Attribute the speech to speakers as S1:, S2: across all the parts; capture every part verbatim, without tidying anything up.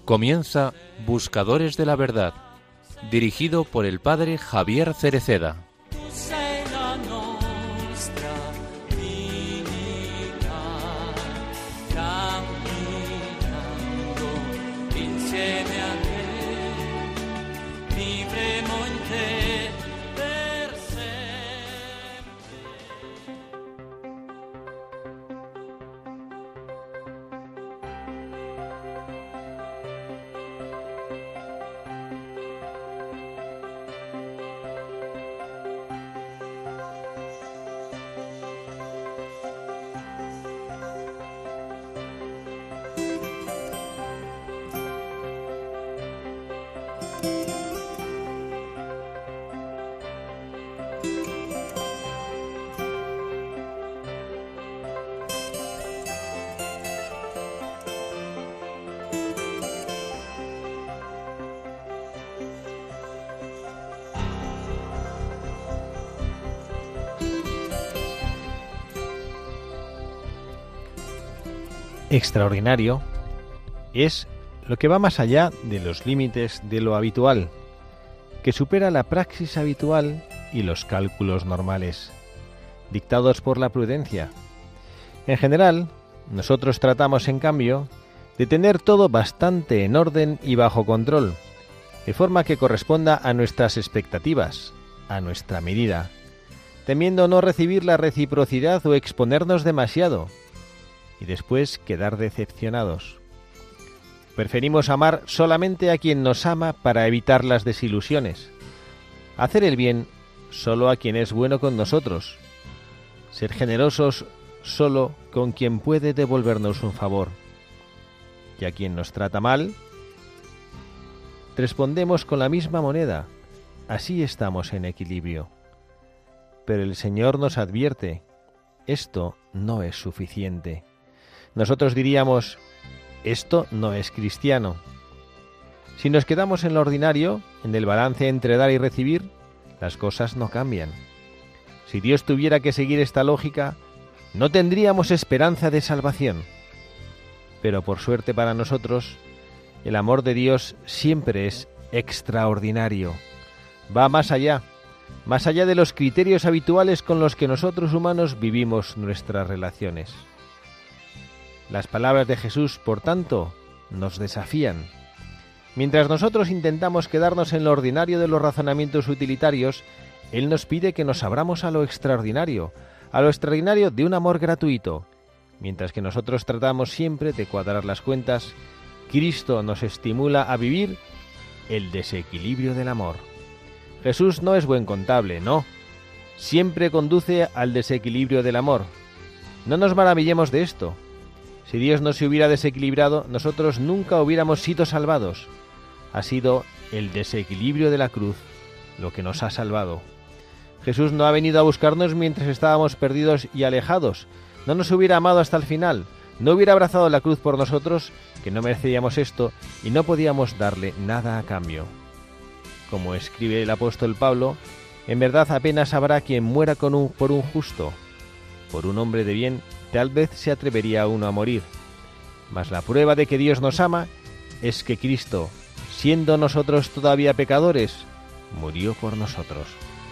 S1: Comienza Buscadores de la Verdad, dirigido por el padre Javier Cereceda.
S2: Extraordinario es lo que va más allá de los límites de lo habitual, que supera la praxis habitual y los cálculos normales, dictados por la prudencia. En general, nosotros tratamos, en cambio, de tener todo bastante en orden y bajo control, de forma que corresponda a nuestras expectativas, a nuestra medida, temiendo no recibir la reciprocidad o exponernos demasiado, y después quedar decepcionados. Preferimos amar solamente a quien nos ama para evitar las desilusiones, hacer el bien solo a quien es bueno con nosotros, ser generosos solo con quien puede devolvernos un favor, y a quien nos trata mal, respondemos con la misma moneda. Así estamos en equilibrio. Pero el Señor nos advierte, esto no es suficiente. Nosotros diríamos, esto no es cristiano. Si nos quedamos en lo ordinario, en el balance entre dar y recibir, las cosas no cambian. Si Dios tuviera que seguir esta lógica, no tendríamos esperanza de salvación. Pero por suerte para nosotros, el amor de Dios siempre es extraordinario. Va más allá, más allá de los criterios habituales con los que nosotros humanos vivimos nuestras relaciones. Las palabras de Jesús, por tanto, nos desafían. Mientras nosotros intentamos quedarnos en lo ordinario de los razonamientos utilitarios, Él nos pide que nos abramos a lo extraordinario, a lo extraordinario de un amor gratuito. Mientras que nosotros tratamos siempre de cuadrar las cuentas, Cristo nos estimula a vivir el desequilibrio del amor. Jesús no es buen contable, no. Siempre conduce al desequilibrio del amor. No nos maravillemos de esto. Si Dios no se hubiera desequilibrado, nosotros nunca hubiéramos sido salvados. Ha sido el desequilibrio de la cruz lo que nos ha salvado. Jesús no ha venido a buscarnos mientras estábamos perdidos y alejados. No nos hubiera amado hasta el final. No hubiera abrazado la cruz por nosotros, que no merecíamos esto y no podíamos darle nada a cambio. Como escribe el apóstol Pablo, en verdad apenas habrá quien muera con un, por un justo. Por un hombre de bien, tal vez se atrevería uno a morir. Mas la prueba de que Dios nos ama es que Cristo, siendo nosotros todavía pecadores, murió por nosotros.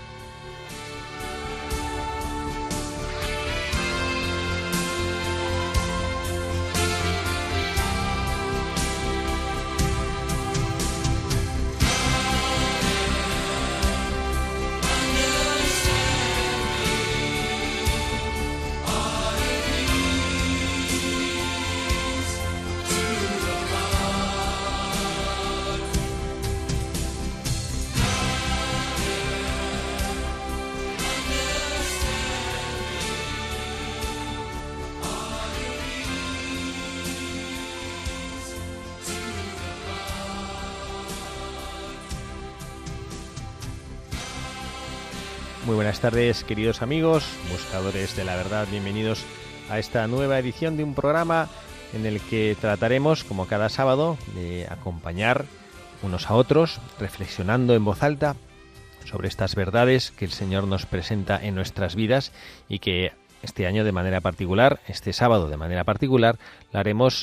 S2: Muy buenas tardes, queridos amigos, buscadores de la verdad, bienvenidos a esta nueva edición de un programa en el que trataremos, como cada sábado, de acompañar unos a otros, reflexionando en voz alta sobre estas verdades que el Señor nos presenta en nuestras vidas y que este año de manera particular, este sábado de manera particular, la haremos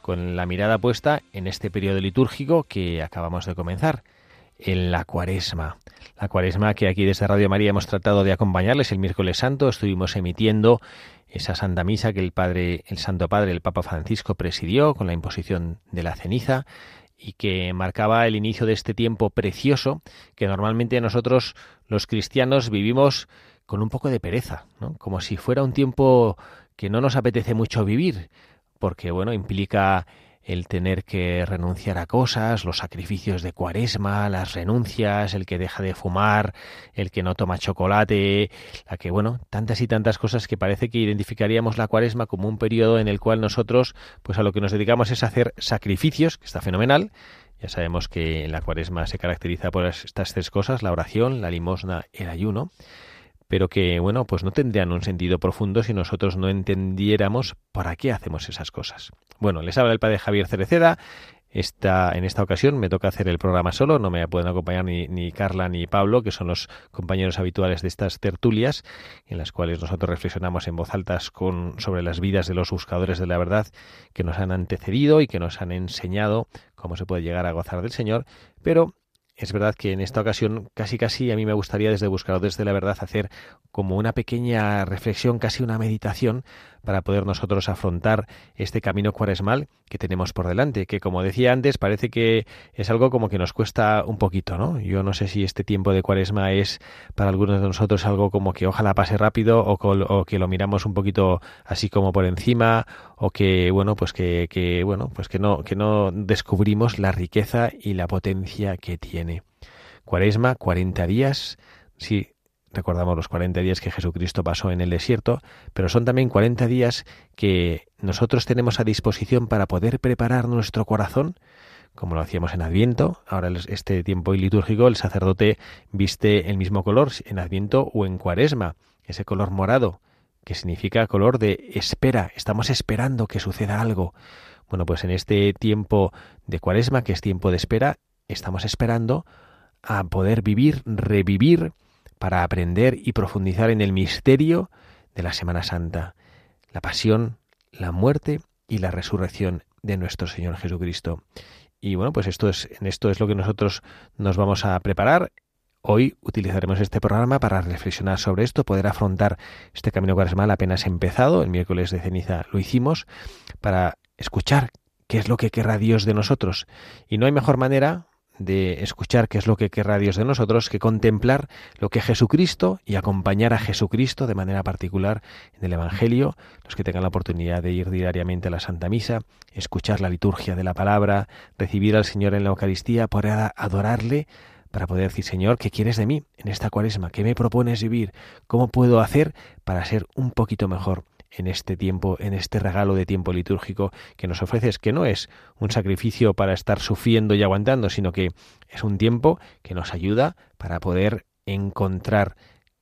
S2: con la mirada puesta en este periodo litúrgico que acabamos de comenzar, en la Cuaresma. La Cuaresma que aquí desde Radio María hemos tratado de acompañarles el miércoles santo. Estuvimos emitiendo esa Santa Misa que el Padre, el Santo Padre, el Papa Francisco presidió con la imposición de la ceniza y que marcaba el inicio de este tiempo precioso que normalmente nosotros los cristianos vivimos con un poco de pereza, ¿no? Como si fuera un tiempo que no nos apetece mucho vivir, porque bueno, implica el tener que renunciar a cosas, los sacrificios de Cuaresma, las renuncias, el que deja de fumar, el que no toma chocolate, la que, bueno, tantas y tantas cosas que parece que identificaríamos la Cuaresma como un periodo en el cual nosotros, pues a lo que nos dedicamos es a hacer sacrificios, que está fenomenal. Ya sabemos que la Cuaresma se caracteriza por estas tres cosas, la oración, la limosna, el ayuno, pero que, bueno, pues no tendrían un sentido profundo si nosotros no entendiéramos para qué hacemos esas cosas. Bueno, les habla el Padre Javier Cereceda. Esta, en esta ocasión me toca hacer el programa solo, no me pueden acompañar ni, ni Carla ni Pablo, que son los compañeros habituales de estas tertulias, en las cuales nosotros reflexionamos en voz alta con, sobre las vidas de los buscadores de la verdad que nos han antecedido y que nos han enseñado cómo se puede llegar a gozar del Señor, pero es verdad que en esta ocasión casi casi a mí me gustaría desde Buscadores de la Verdad hacer como una pequeña reflexión, casi una meditación, para poder nosotros afrontar este camino cuaresmal que tenemos por delante, que como decía antes parece que es algo como que nos cuesta un poquito, ¿no? Yo no sé si este tiempo de Cuaresma es para algunos de nosotros algo como que ojalá pase rápido o, col, o que lo miramos un poquito así como por encima o que bueno pues que, que bueno pues que no que no descubrimos la riqueza y la potencia que tiene. Cuaresma, cuarenta días, sí. Recordamos los cuarenta días que Jesucristo pasó en el desierto, pero son también cuarenta días que nosotros tenemos a disposición para poder preparar nuestro corazón, como lo hacíamos en Adviento. Ahora este tiempo litúrgico el sacerdote viste el mismo color en Adviento o en Cuaresma, ese color morado, que significa color de espera, estamos esperando que suceda algo. Bueno, pues en este tiempo de Cuaresma, que es tiempo de espera, estamos esperando a poder vivir, revivir, para aprender y profundizar en el misterio de la Semana Santa, la pasión, la muerte y la resurrección de nuestro Señor Jesucristo. Y bueno, pues esto es, en esto es lo que nosotros nos vamos a preparar. Hoy utilizaremos este programa para reflexionar sobre esto, poder afrontar este camino cuaresmal apenas empezado. El miércoles de ceniza lo hicimos para escuchar qué es lo que querrá Dios de nosotros. Y no hay mejor manera de escuchar qué es lo que querrá Dios de nosotros que contemplar lo que Jesucristo y acompañar a Jesucristo de manera particular en el Evangelio, los que tengan la oportunidad de ir diariamente a la Santa Misa, escuchar la liturgia de la palabra, recibir al Señor en la Eucaristía, poder adorarle para poder decir, Señor, ¿qué quieres de mí en esta Cuaresma? ¿Qué me propones vivir? ¿Cómo puedo hacer para ser un poquito mejor en este tiempo, en este regalo de tiempo litúrgico que nos ofreces, que no es un sacrificio para estar sufriendo y aguantando, sino que es un tiempo que nos ayuda para poder encontrar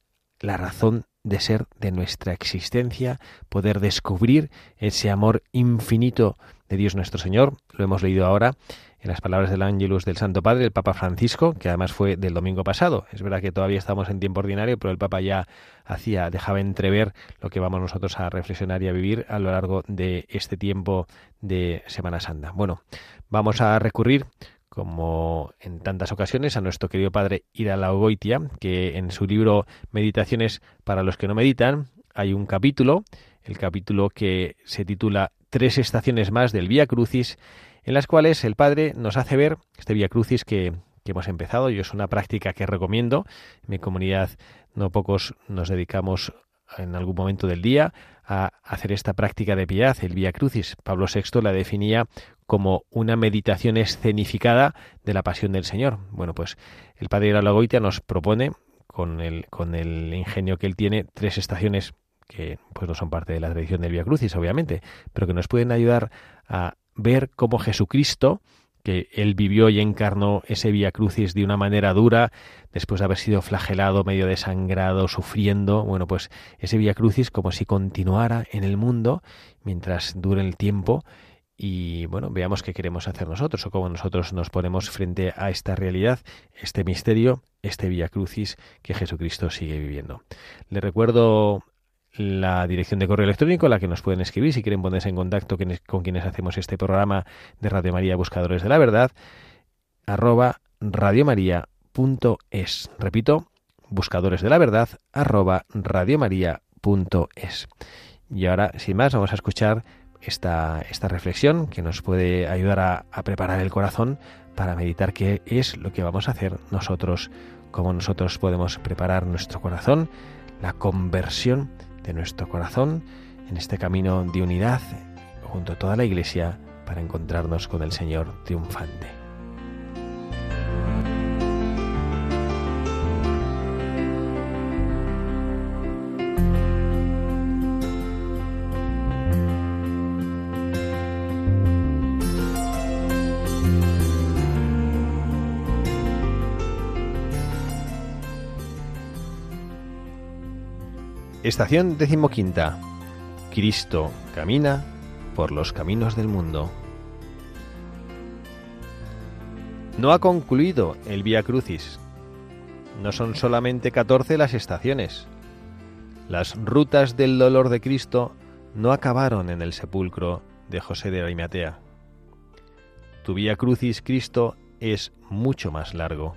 S2: la razón de ser de nuestra existencia, poder descubrir ese amor infinito de Dios nuestro Señor. Lo hemos leído ahora en las palabras del Ángelus del Santo Padre, el Papa Francisco, que además fue del domingo pasado. Es verdad que todavía estamos en tiempo ordinario, pero el Papa ya hacía, dejaba entrever lo que vamos nosotros a reflexionar y a vivir a lo largo de este tiempo de Semana Santa. Bueno, vamos a recurrir, como en tantas ocasiones, a nuestro querido Padre Iralaogoitia, que en su libro Meditaciones para los que no meditan hay un capítulo, el capítulo que se titula Tres estaciones más del Vía Crucis, en las cuales el Padre nos hace ver este Vía Crucis que, que hemos empezado. Yo es una práctica que recomiendo. En mi comunidad no pocos nos dedicamos en algún momento del día a hacer esta práctica de piedad, el Vía Crucis. Pablo sexto la definía como una meditación escenificada de la pasión del Señor. Bueno, pues el Padre Iralaogoitia nos propone, con el, con el ingenio que él tiene, tres estaciones que pues no son parte de la tradición del Vía Crucis, obviamente, pero que nos pueden ayudar a ver cómo Jesucristo, que él vivió y encarnó ese Vía Crucis de una manera dura, después de haber sido flagelado, medio desangrado, sufriendo, bueno, pues ese Vía Crucis como si continuara en el mundo mientras dure el tiempo. Y bueno, veamos qué queremos hacer nosotros o cómo nosotros nos ponemos frente a esta realidad, este misterio, este Vía Crucis que Jesucristo sigue viviendo. Le recuerdo la dirección de correo electrónico a la que nos pueden escribir si quieren ponerse en contacto con quienes hacemos este programa de Radio María Buscadores de la Verdad, arroba radiomaria.es. Repito, buscadores de la verdad, arroba radiomaria.es. Y ahora, sin más, vamos a escuchar esta, esta reflexión que nos puede ayudar a, a preparar el corazón para meditar qué es lo que vamos a hacer nosotros, cómo nosotros podemos preparar nuestro corazón, la conversión de nuestro corazón en este camino de unidad junto a toda la Iglesia para encontrarnos con el Señor triunfante. Estación decimoquinta. Cristo camina por los caminos del mundo. No ha concluido el Vía Crucis. No son solamente catorce las estaciones. Las rutas del dolor de Cristo no acabaron en el sepulcro de José de Arimatea. Tu Vía Crucis, Cristo, es mucho más largo.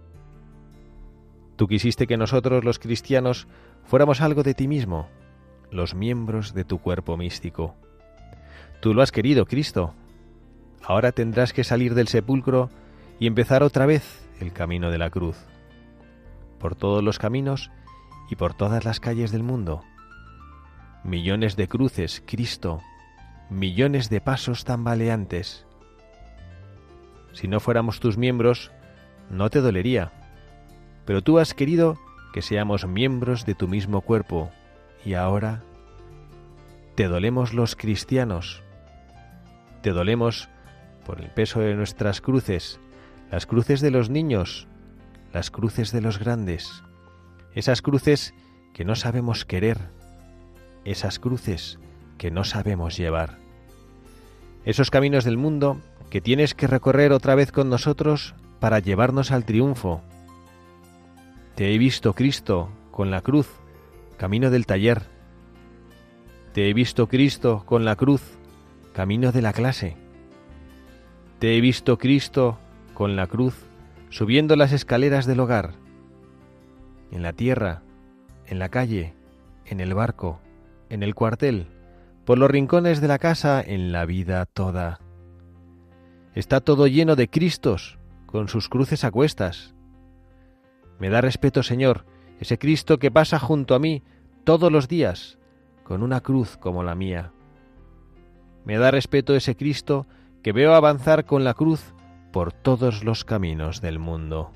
S2: Tú quisiste que nosotros, los cristianos, fuéramos algo de ti mismo, los miembros de tu cuerpo místico. Tú lo has querido, Cristo. Ahora tendrás que salir del sepulcro y empezar otra vez el camino de la cruz, por todos los caminos y por todas las calles del mundo. Millones de cruces, Cristo, millones de pasos tambaleantes. Si no fuéramos tus miembros, no te dolería, pero tú has querido que seamos miembros de tu mismo cuerpo, y ahora te dolemos los cristianos, te dolemos por el peso de nuestras cruces, las cruces de los niños, las cruces de los grandes, esas cruces que no sabemos querer, esas cruces que no sabemos llevar, esos caminos del mundo que tienes que recorrer otra vez con nosotros para llevarnos al triunfo. Te he visto, Cristo, con la cruz, camino del taller. Te he visto, Cristo, con la cruz, camino de la clase. Te he visto, Cristo, con la cruz, subiendo las escaleras del hogar. En la tierra, en la calle, en el barco, en el cuartel, por los rincones de la casa, en la vida toda. Está todo lleno de Cristos, con sus cruces a cuestas. Me da respeto, Señor, ese Cristo que pasa junto a mí todos los días, con una cruz como la mía. Me da respeto ese Cristo que veo avanzar con la cruz por todos los caminos del mundo.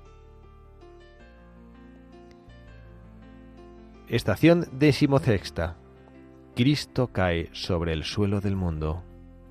S2: Estación decimosexta. Cristo cae sobre el suelo del mundo.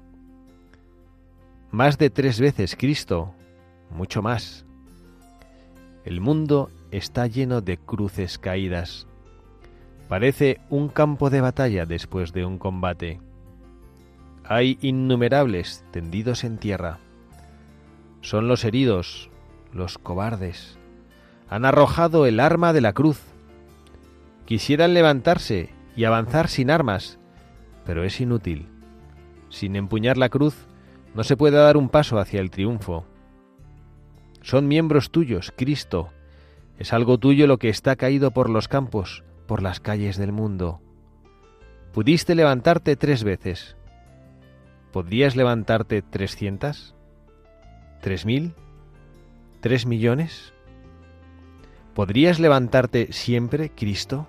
S2: Más de tres veces Cristo, mucho más. El mundo está lleno de cruces caídas. Parece un campo de batalla después de un combate. Hay innumerables tendidos en tierra. Son los heridos, los cobardes. Han arrojado el arma de la cruz. Quisieran levantarse y avanzar sin armas, pero es inútil. Sin empuñar la cruz, no se puede dar un paso hacia el triunfo. Son miembros tuyos, Cristo. Es algo tuyo lo que está caído por los campos, por las calles del mundo. Pudiste levantarte tres veces. ¿Podrías levantarte trescientas? ¿Tres mil? ¿Tres millones? ¿Podrías levantarte siempre, Cristo?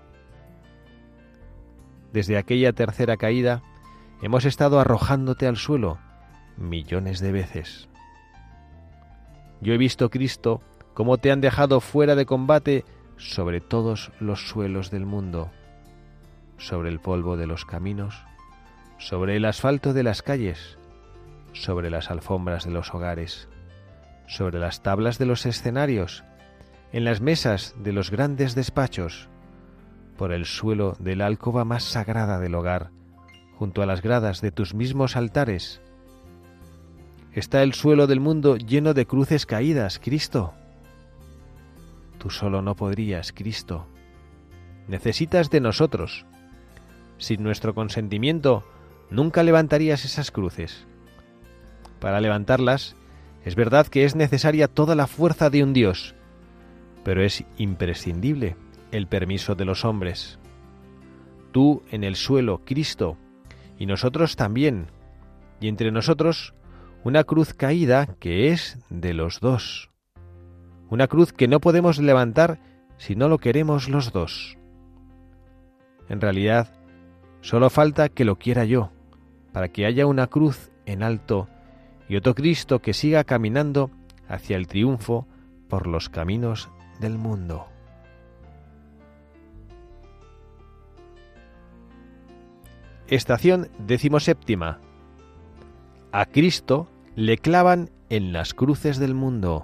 S2: Desde aquella tercera caída, hemos estado arrojándote al suelo millones de veces. Yo he visto, Cristo, cómo te han dejado fuera de combate sobre todos los suelos del mundo, sobre el polvo de los caminos, sobre el asfalto de las calles, sobre las alfombras de los hogares, sobre las tablas de los escenarios, en las mesas de los grandes despachos, por el suelo de la alcoba más sagrada del hogar, junto a las gradas de tus mismos altares. Está el suelo del mundo lleno de cruces caídas, Cristo. Tú solo no podrías, Cristo. Necesitas de nosotros, sin nuestro consentimiento, nunca levantarías esas cruces. Para levantarlas, es verdad que es necesaria toda la fuerza de un Dios, pero es imprescindible el permiso de los hombres. Tú en el suelo, Cristo, y nosotros también, y entre nosotros una cruz caída que es de los dos. Una cruz que no podemos levantar si no lo queremos los dos. En realidad, solo falta que lo quiera yo, para que haya una cruz en alto y otro Cristo que siga caminando hacia el triunfo por los caminos del mundo. Estación decimoséptima. A Cristo le clavan en las cruces del mundo.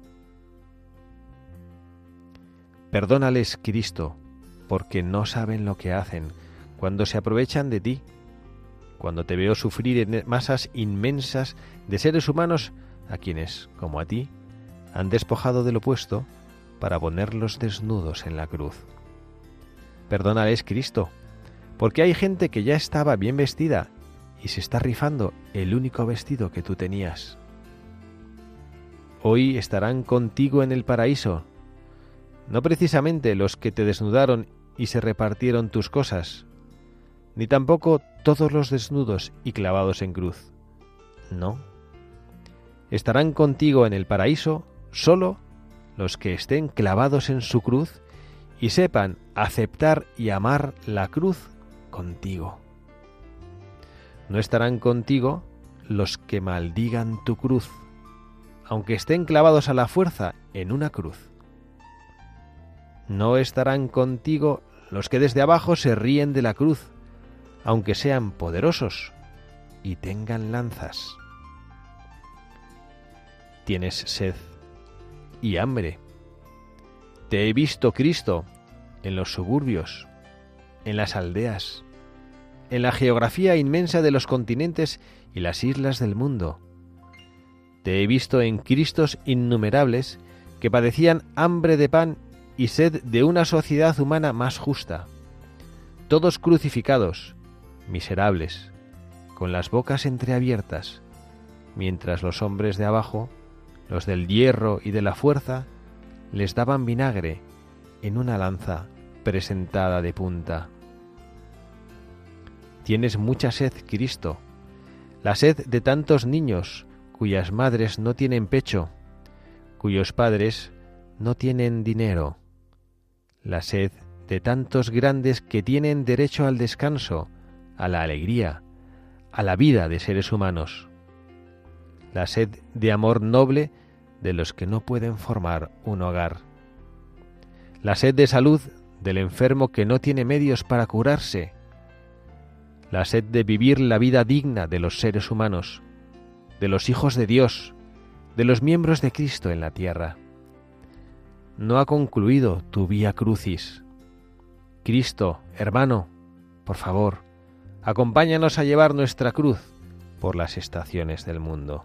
S2: Perdónales, Cristo, porque no saben lo que hacen cuando se aprovechan de ti, cuando te veo sufrir en masas inmensas de seres humanos a quienes, como a ti, han despojado del opuesto para ponerlos desnudos en la cruz. Perdónales, Cristo, porque hay gente que ya estaba bien vestida y se está rifando el único vestido que tú tenías. Hoy estarán contigo en el paraíso, no precisamente los que te desnudaron y se repartieron tus cosas, ni tampoco todos los desnudos y clavados en cruz. No. Estarán contigo en el paraíso solo los que estén clavados en su cruz y sepan aceptar y amar la cruz contigo. No estarán contigo los que maldigan tu cruz, aunque estén clavados a la fuerza en una cruz. No estarán contigo los que desde abajo se ríen de la cruz, aunque sean poderosos y tengan lanzas. Tienes sed y hambre. Te he visto, Cristo, en los suburbios, en las aldeas, en la geografía inmensa de los continentes y las islas del mundo. Te he visto en Cristos innumerables que padecían hambre de pan y sed de una sociedad humana más justa, todos crucificados, miserables, con las bocas entreabiertas, mientras los hombres de abajo, los del hierro y de la fuerza, les daban vinagre en una lanza presentada de punta. Tienes mucha sed, Cristo, la sed de tantos niños cuyas madres no tienen pecho, cuyos padres no tienen dinero, la sed de tantos grandes que tienen derecho al descanso, a la alegría, a la vida de seres humanos, la sed de amor noble de los que no pueden formar un hogar, la sed de salud del enfermo que no tiene medios para curarse, la sed de vivir la vida digna de los seres humanos, de los hijos de Dios, de los miembros de Cristo en la tierra. No ha concluido tu vía crucis. Cristo, hermano, por favor, acompáñanos a llevar nuestra cruz por las estaciones del mundo.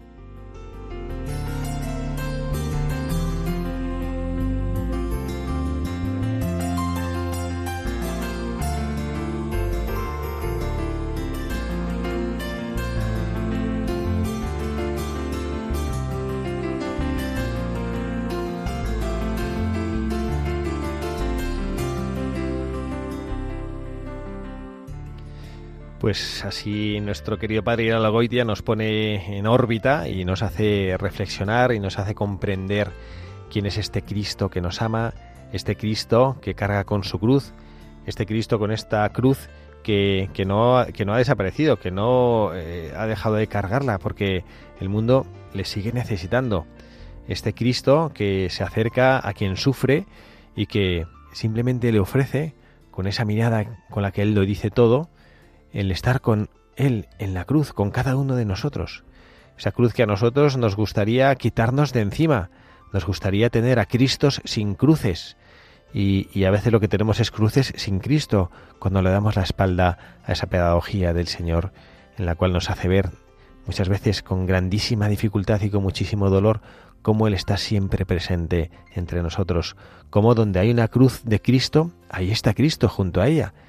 S2: Pues así nuestro querido padre Iraola Goitia nos pone en órbita y nos hace reflexionar y nos hace comprender quién es este Cristo que nos ama, este Cristo que carga con su cruz, este Cristo con esta cruz que, que, no, que no ha desaparecido, que no eh, ha dejado de cargarla, porque el mundo le sigue necesitando. Este Cristo que se acerca a quien sufre y que simplemente le ofrece, con esa mirada con la que Él lo dice todo, el estar con Él en la cruz, con cada uno de nosotros. Esa cruz que a nosotros nos gustaría quitarnos de encima, nos gustaría tener a Cristos sin cruces, y, y a veces lo que tenemos es cruces sin Cristo, cuando le damos la espalda a esa pedagogía del Señor, en la cual nos hace ver, muchas veces con grandísima dificultad y con muchísimo dolor, cómo Él está siempre presente entre nosotros, cómo donde hay una cruz de Cristo, ahí está Cristo junto a ella.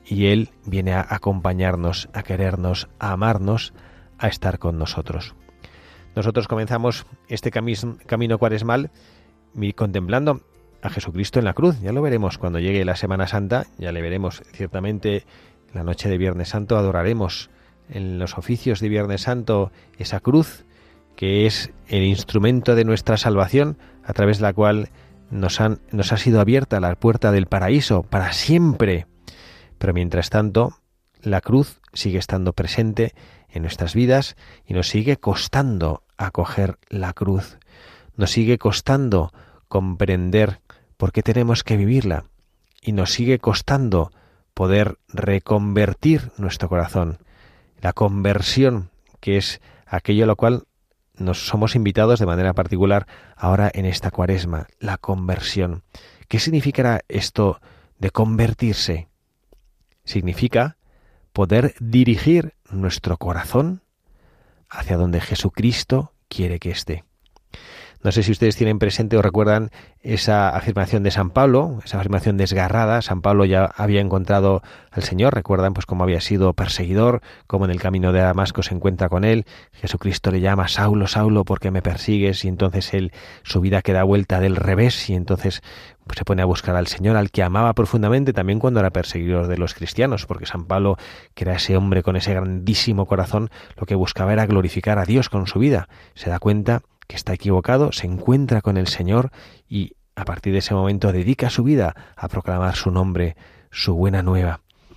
S2: y Él viene a acompañarnos, a querernos, a amarnos, a estar con nosotros. Nosotros comenzamos este cami- camino cuaresmal contemplando a Jesucristo en la cruz. Ya lo veremos cuando llegue la Semana Santa, ya le veremos. Ciertamente la noche de Viernes Santo adoraremos en los oficios de Viernes Santo esa cruz que es el instrumento de nuestra salvación, a través de la cual nos, han, nos ha sido abierta la puerta del paraíso para siempre. Pero mientras tanto, la cruz sigue estando presente en nuestras vidas y nos sigue costando acoger la cruz. Nos sigue costando comprender por qué tenemos que vivirla y nos sigue costando poder reconvertir nuestro corazón. La conversión, que es aquello a lo cual nos somos invitados de manera particular ahora en esta Cuaresma, la conversión. ¿Qué significará esto de convertirse? Significa poder dirigir nuestro corazón hacia donde Jesucristo quiere que esté. No sé si ustedes tienen presente o recuerdan esa afirmación de San Pablo, esa afirmación desgarrada. San Pablo ya había encontrado al Señor, recuerdan pues cómo había sido perseguidor, cómo en el camino de Damasco se encuentra con él. Jesucristo le llama: Saulo, Saulo, ¿por qué me persigues? Y entonces él, su vida queda vuelta del revés y entonces pues, se pone a buscar al Señor, al que amaba profundamente también cuando era perseguidor de los cristianos, porque San Pablo, que era ese hombre con ese grandísimo corazón, lo que buscaba era glorificar a Dios con su vida. Se da cuenta que está equivocado, se encuentra con el Señor y a partir de ese momento dedica su vida a proclamar su nombre, su buena nueva.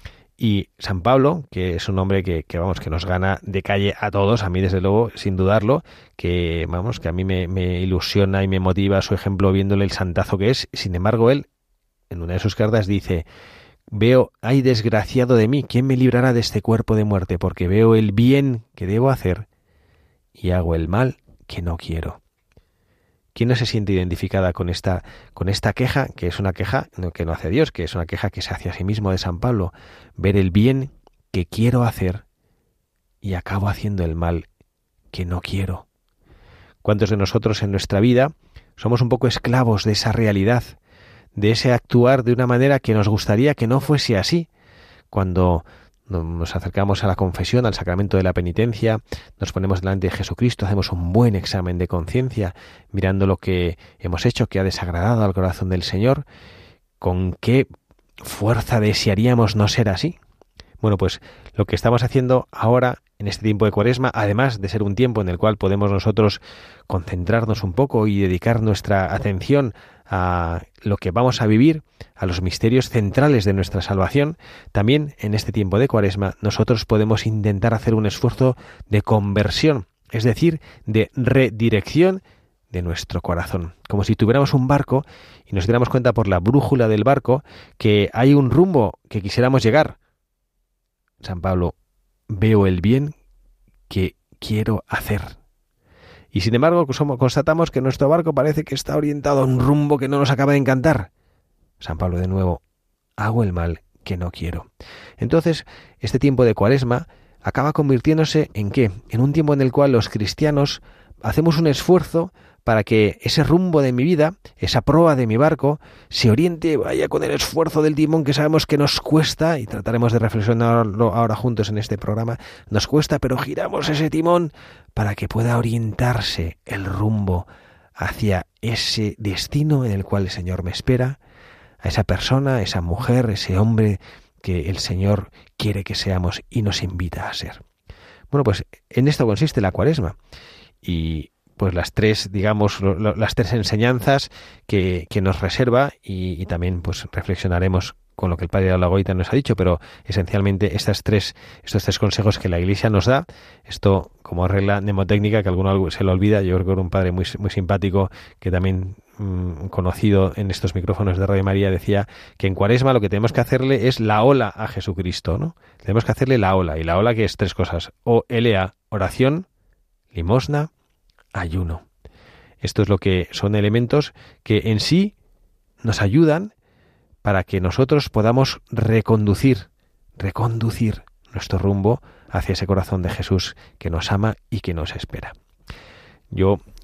S2: Y San Pablo, que es un hombre que, que vamos, que nos gana de calle a todos, a mí desde luego, sin dudarlo, que vamos, que a mí me, me ilusiona y me motiva su ejemplo viéndole el santazo que es. Sin embargo, él, en una de sus cartas dice: veo, ay desgraciado de mí, ¿quién me librará de este cuerpo de muerte? Porque veo el bien que debo hacer y hago el mal que no quiero. ¿Quién no se siente identificada con esta, con esta queja, que es una queja no, que no hace Dios, que es una queja que se hace a sí mismo de San Pablo? Ver el bien que quiero hacer y acabo haciendo el mal que no quiero. ¿Cuántos de nosotros en nuestra vida somos un poco esclavos de esa realidad, de ese actuar de una manera que nos gustaría que no fuese así? Cuando nos acercamos a la confesión, al sacramento de la penitencia, nos ponemos delante de Jesucristo, hacemos un buen examen de conciencia, mirando lo que hemos hecho que ha desagradado al corazón del Señor. ¿Con qué fuerza desearíamos no ser así? Bueno, pues lo que estamos haciendo ahora en este tiempo de Cuaresma, además de ser un tiempo en el cual podemos nosotros concentrarnos un poco y dedicar nuestra atención a lo que vamos a vivir, a los misterios centrales de nuestra salvación, también en este tiempo de Cuaresma nosotros podemos intentar hacer un esfuerzo de conversión, es decir, de redirección de nuestro corazón, como si tuviéramos un barco y nos diéramos cuenta por la brújula del barco que hay un rumbo que quisiéramos llegar. San Pablo: veo el bien que quiero hacer. Y sin embargo constatamos que nuestro barco parece que está orientado a un rumbo que no nos acaba de encantar. San Pablo de nuevo: hago el mal que no quiero. Entonces, este tiempo de Cuaresma acaba convirtiéndose ¿en qué? En un tiempo en el cual los cristianos hacemos un esfuerzo para que ese rumbo de mi vida, esa proa de mi barco, se oriente, vaya con el esfuerzo del timón que sabemos que nos cuesta, y trataremos de reflexionarlo ahora juntos en este programa, nos cuesta, pero giramos ese timón para que pueda orientarse el rumbo hacia ese destino en el cual el Señor me espera, a esa persona, esa mujer, ese hombre que el Señor quiere que seamos y nos invita a ser. Bueno, pues en esto consiste la Cuaresma. Y pues las tres, digamos, lo, lo, las tres enseñanzas que, que nos reserva y, y también pues reflexionaremos con lo que el Padre de la Goita nos ha dicho, pero esencialmente estas tres, estos tres consejos que la Iglesia nos da, esto como regla mnemotécnica que alguno se lo olvida. Yo creo que era un padre muy, muy simpático que también mmm, conocido en estos micrófonos de Radio María decía que en Cuaresma lo que tenemos que hacerle es la ola a Jesucristo, ¿no? Tenemos que hacerle la ola, y la ola que es tres cosas: O L A, oración, limosna, ayuno. Esto es lo que son elementos que en sí nos ayudan para que nosotros podamos reconducir, reconducir nuestro rumbo hacia ese corazón de Jesús que nos ama y que nos espera. Yo,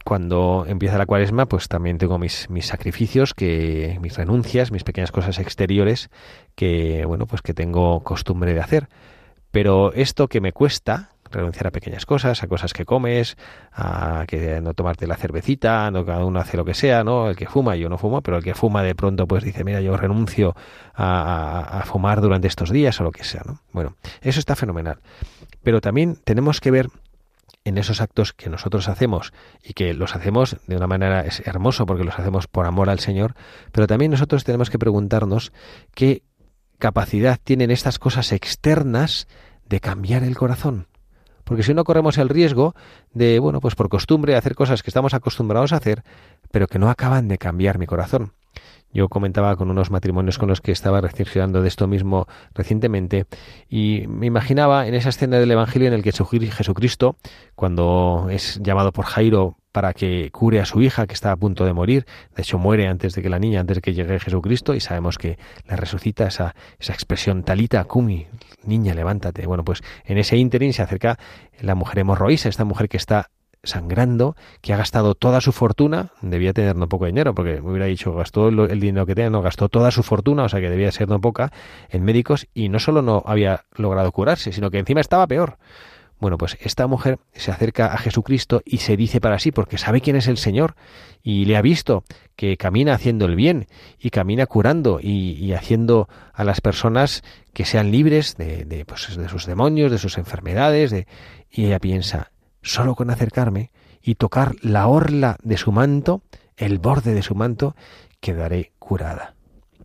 S2: cuando empieza la Cuaresma, pues también tengo mis, mis sacrificios, que, mis renuncias, mis pequeñas cosas exteriores que, bueno, pues que tengo costumbre de hacer. Pero esto que me cuesta, renunciar a pequeñas cosas, a cosas que comes, a que no tomarte la cervecita, no, cada uno hace lo que sea, ¿no? El que fuma, yo no fumo, pero el que fuma de pronto pues dice, mira, yo renuncio a, a, a fumar durante estos días o lo que sea, ¿no? Bueno, eso está fenomenal. Pero también tenemos que ver en esos actos que nosotros hacemos y que los hacemos de una manera, es hermoso porque los hacemos por amor al Señor, pero también nosotros tenemos que preguntarnos qué capacidad tienen estas cosas externas de cambiar el corazón. Porque si no corremos el riesgo de, bueno, pues por costumbre hacer cosas que estamos acostumbrados a hacer, pero que no acaban de cambiar mi corazón. Yo comentaba con unos matrimonios con los que estaba reflexionando de esto mismo recientemente y me imaginaba en esa escena del Evangelio en el que Jesucristo, cuando es llamado por Jairo para que cure a su hija que está a punto de morir, de hecho muere antes de que la niña, antes de que llegue Jesucristo, y sabemos que la resucita esa, esa expresión talita cumi, niña, levántate. Bueno, pues en ese ínterin se acerca la mujer hemorroísa, esta mujer que está sangrando, que ha gastado toda su fortuna, debía tener no poco dinero, porque me hubiera dicho, gastó el dinero que tenía, no, gastó toda su fortuna, o sea que debía ser no poca, en médicos, y no solo no había logrado curarse, sino que encima estaba peor. Bueno, pues esta mujer se acerca a Jesucristo y se dice para sí, porque sabe quién es el Señor, y le ha visto que camina haciendo el bien, y camina curando, y, y haciendo a las personas que sean libres de, de, pues, de sus demonios, de sus enfermedades, de, y ella piensa, solo con acercarme y tocar la orla de su manto, el borde de su manto, quedaré curada.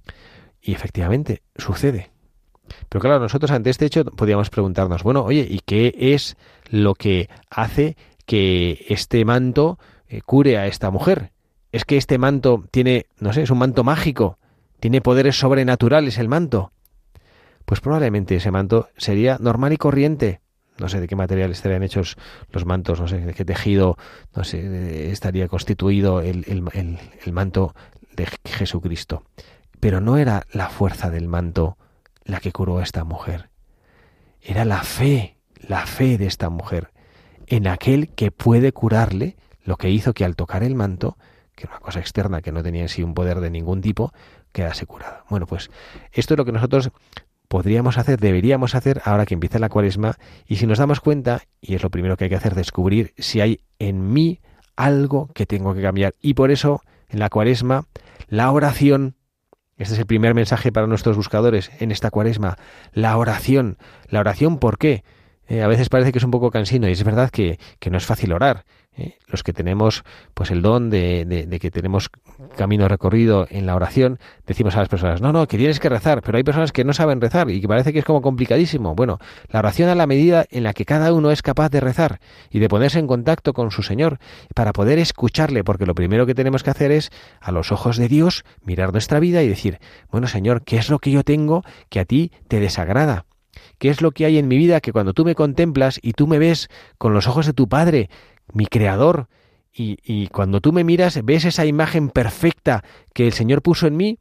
S2: Y efectivamente, sucede. Pero claro, nosotros ante este hecho podríamos preguntarnos, bueno, oye, ¿y qué es lo que hace que este manto eh, cure a esta mujer? ¿Es que este manto tiene, no sé, es un manto mágico? ¿Tiene poderes sobrenaturales el manto? Pues probablemente ese manto sería normal y corriente. No sé de qué material estarían hechos los mantos, no sé de qué tejido, no sé, estaría constituido el, el, el, el manto de Jesucristo. Pero no era la fuerza del manto la que curó a esta mujer. Era la fe, la fe de esta mujer en aquel que puede curarle, lo que hizo que al tocar el manto, que era una cosa externa que no tenía en sí un poder de ningún tipo, quedase curada. Bueno, pues esto es lo que nosotros podríamos hacer, deberíamos hacer ahora que empieza la Cuaresma, y si nos damos cuenta, y es lo primero que hay que hacer, descubrir si hay en mí algo que tengo que cambiar. Y por eso, en la Cuaresma, la oración, este es el primer mensaje para nuestros buscadores en esta Cuaresma, la oración. ¿La oración por qué? Eh, a veces parece que es un poco cansino, y es verdad que, que no es fácil orar. ¿eh? Los que tenemos pues el don de, de, de que tenemos camino recorrido en la oración, decimos a las personas, no, no, que tienes que rezar, pero hay personas que no saben rezar y que parece que es como complicadísimo. Bueno, la oración a la medida en la que cada uno es capaz de rezar y de ponerse en contacto con su Señor para poder escucharle, porque lo primero que tenemos que hacer es, a los ojos de Dios, mirar nuestra vida y decir, bueno, Señor, ¿qué es lo que yo tengo que a ti te desagrada? ¿Qué es lo que hay en mi vida que cuando tú me contemplas y tú me ves con los ojos de tu Padre, mi Creador, y, y cuando tú me miras ves esa imagen perfecta que el Señor puso en mí,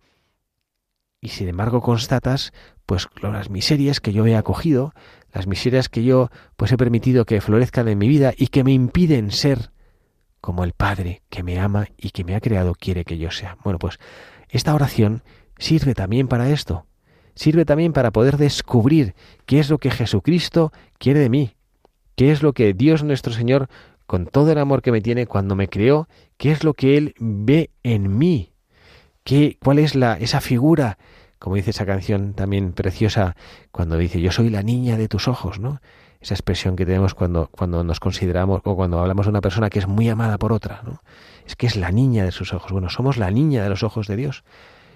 S2: y sin embargo constatas pues las miserias que yo he acogido, las miserias que yo pues he permitido que florezcan en mi vida y que me impiden ser como el Padre que me ama y que me ha creado quiere que yo sea? Bueno, pues esta oración sirve también para esto. Sirve también para poder descubrir qué es lo que Jesucristo quiere de mí, qué es lo que Dios nuestro Señor, con todo el amor que me tiene cuando me creó, qué es lo que Él ve en mí, qué, cuál es la, esa figura, como dice esa canción también preciosa, cuando dice, yo soy la niña de tus ojos, ¿no? Esa expresión que tenemos cuando, cuando nos consideramos o cuando hablamos de una persona que es muy amada por otra, ¿no? Es que es la niña de sus ojos. Bueno, somos la niña de los ojos de Dios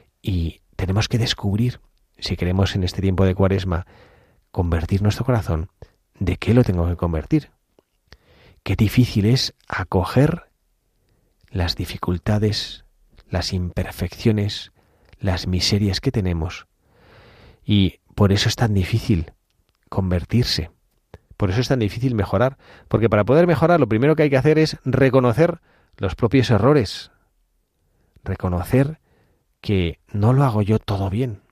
S2: y tenemos que descubrir, si queremos en este tiempo de Cuaresma convertir nuestro corazón, ¿de qué lo tengo que convertir? Qué difícil es acoger las dificultades, las imperfecciones, las miserias que tenemos. Y por eso es tan difícil convertirse. Por eso es tan difícil mejorar. Porque para poder mejorar lo primero que hay que hacer es reconocer los propios errores. Reconocer que no lo hago yo todo bien.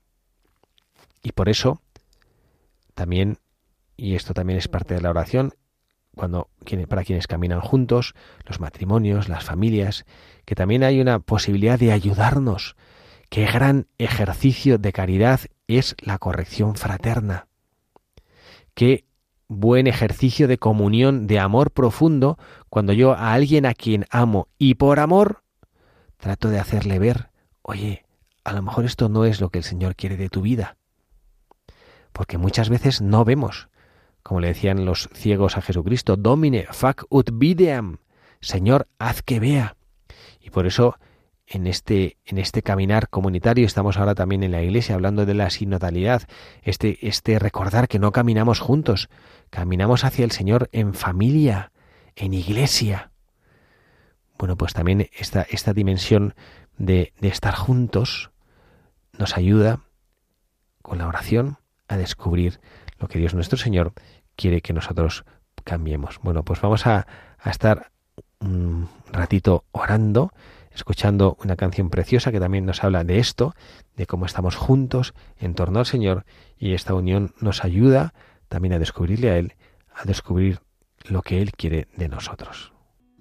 S2: Y por eso, también, y esto también es parte de la oración, cuando para quienes caminan juntos, los matrimonios, las familias, que también hay una posibilidad de ayudarnos. Qué gran ejercicio de caridad es la corrección fraterna. Qué buen ejercicio de comunión, de amor profundo, cuando yo a alguien a quien amo y por amor trato de hacerle ver, oye, a lo mejor esto no es lo que el Señor quiere de tu vida. Porque muchas veces no vemos, como le decían los ciegos a Jesucristo, Domine, fac ut videam, Señor, haz que vea. Y por eso en este, en este caminar comunitario, estamos ahora también en la Iglesia hablando de la sinodalidad, este, este recordar que no caminamos juntos, caminamos hacia el Señor en familia, en iglesia. Bueno, pues también esta, esta dimensión de, de estar juntos nos ayuda con la oración a descubrir lo que Dios nuestro Señor quiere que nosotros cambiemos. Bueno, pues vamos a, a estar un ratito orando, escuchando una canción preciosa que también nos habla de esto, de cómo estamos juntos en torno al Señor, y esta unión nos ayuda también a descubrirle a Él, a descubrir lo que Él quiere de nosotros.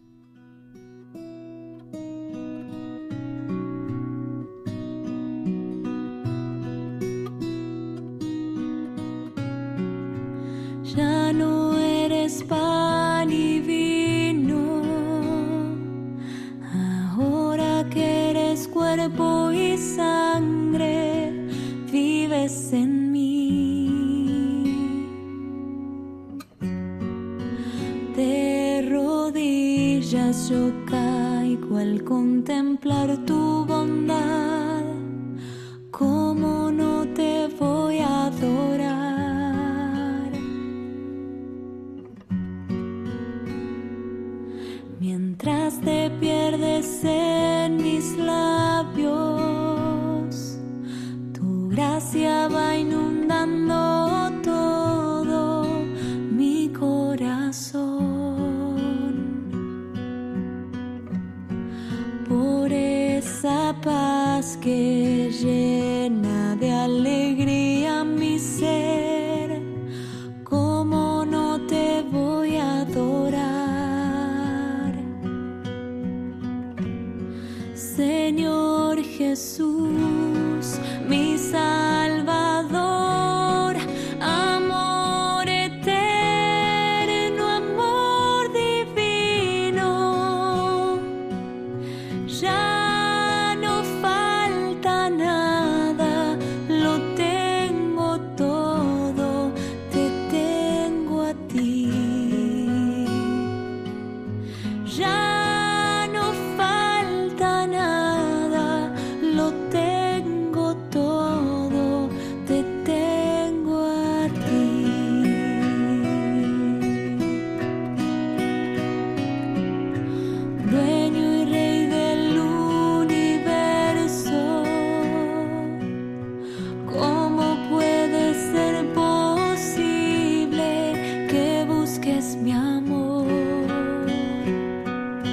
S3: Ya no eres pan y vino, ahora que eres cuerpo y sangre, vives en mí. De rodillas yo caigo al contemplar tu bondad, ¿cómo no te voy a adorar? Mientras te pierdes en mis labios, tu gracia va inundando todo mi corazón. Por esa paz que llena de alegría mi ser, ¿cómo no te voy a adorar? Señor Jesús, mi Salvador, amor eterno, amor divino, ya no falta nada, lo tengo todo, te tengo a ti. Ya mi amor,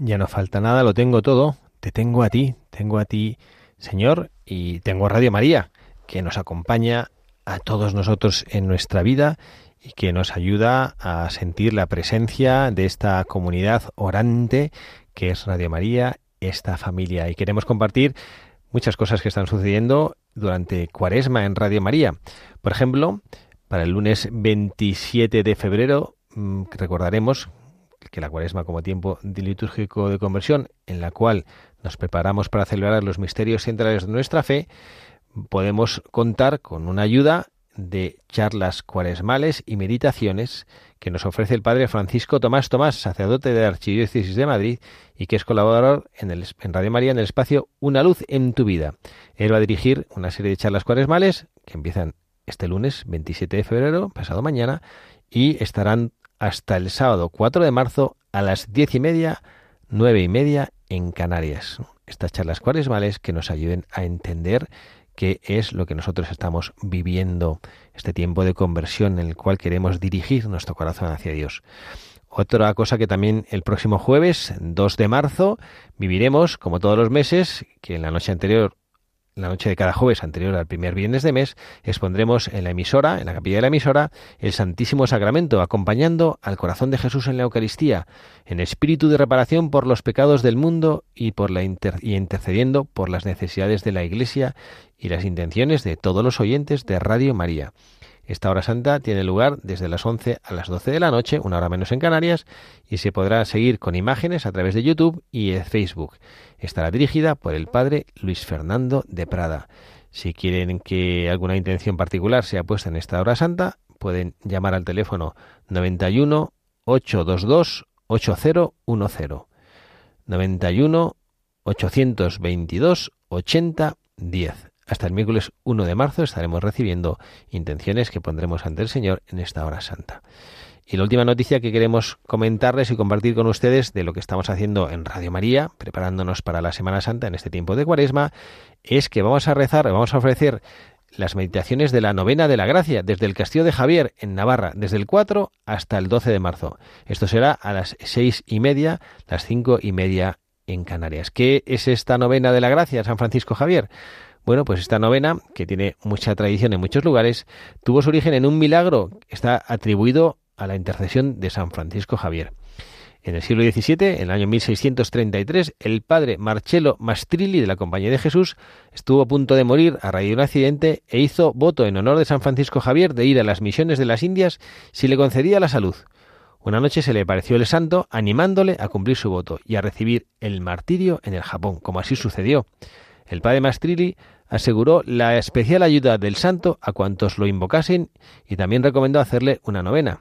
S2: ya no falta nada, lo tengo todo, te tengo a ti, tengo a ti, Señor, y tengo a Radio María, que nos acompaña a todos nosotros en nuestra vida y que nos ayuda a sentir la presencia de esta comunidad orante que es Radio María, esta familia. Y queremos compartir muchas cosas que están sucediendo durante Cuaresma en Radio María. Por ejemplo, para el lunes veintisiete de febrero mmm, recordaremos que la Cuaresma como tiempo litúrgico de conversión, en la cual nos preparamos para celebrar los misterios centrales de nuestra fe, podemos contar con una ayuda de charlas cuaresmales y meditaciones que nos ofrece el padre Francisco Tomás Tomás, sacerdote de la Archidiócesis de Madrid y que es colaborador en, el, en Radio María en el espacio Una luz en tu vida. Él va a dirigir una serie de charlas cuaresmales que empiezan este lunes veintisiete de febrero, pasado mañana, y estarán hasta el sábado cuatro de marzo a las diez y media, nueve y media en Canarias. Estas charlas cuaresmales que nos ayuden a entender qué es lo que nosotros estamos viviendo, este tiempo de conversión en el cual queremos dirigir nuestro corazón hacia Dios. Otra cosa que también el próximo jueves, dos de marzo, viviremos, como todos los meses, que en la noche anterior, la noche de cada jueves anterior al primer viernes de mes, expondremos en la emisora, en la capilla de la emisora, el Santísimo Sacramento, acompañando al corazón de Jesús en la Eucaristía, en espíritu de reparación por los pecados del mundo y, por la inter- y intercediendo por las necesidades de la Iglesia y las intenciones de todos los oyentes de Radio María. Esta hora santa tiene lugar desde las once a las doce de la noche, una hora menos en Canarias, y se podrá seguir con imágenes a través de YouTube y de Facebook. Estará dirigida por el padre Luis Fernando de Prada. Si quieren que alguna intención particular sea puesta en esta hora santa, pueden llamar al teléfono noventa y uno, ochocientos veintidós, ochenta diez. noventa y uno, ochocientos veintidós, ochenta diez. Hasta el miércoles uno de marzo estaremos recibiendo intenciones que pondremos ante el Señor en esta hora santa. Y la última noticia que queremos comentarles y compartir con ustedes de lo que estamos haciendo en Radio María, preparándonos para la Semana Santa en este tiempo de Cuaresma, es que vamos a rezar, vamos a ofrecer las meditaciones de la Novena de la Gracia desde el Castillo de Javier en Navarra, desde el cuatro hasta el doce de marzo. Esto será a las seis y media, las cinco y media en Canarias. ¿Qué es esta Novena de la Gracia, San Francisco Javier? Bueno, pues esta novena, que tiene mucha tradición en muchos lugares, tuvo su origen en un milagro que está atribuido a la intercesión de San Francisco Javier. En el siglo diecisiete, en el año mil seiscientos treinta y tres, el padre Marcello Mastrilli de la Compañía de Jesús estuvo a punto de morir a raíz de un accidente e hizo voto en honor de San Francisco Javier de ir a las misiones de las Indias si le concedía la salud. Una noche se le apareció el santo animándole a cumplir su voto y a recibir el martirio en el Japón, como así sucedió. El padre Mastrilli aseguró la especial ayuda del santo a cuantos lo invocasen y también recomendó hacerle una novena.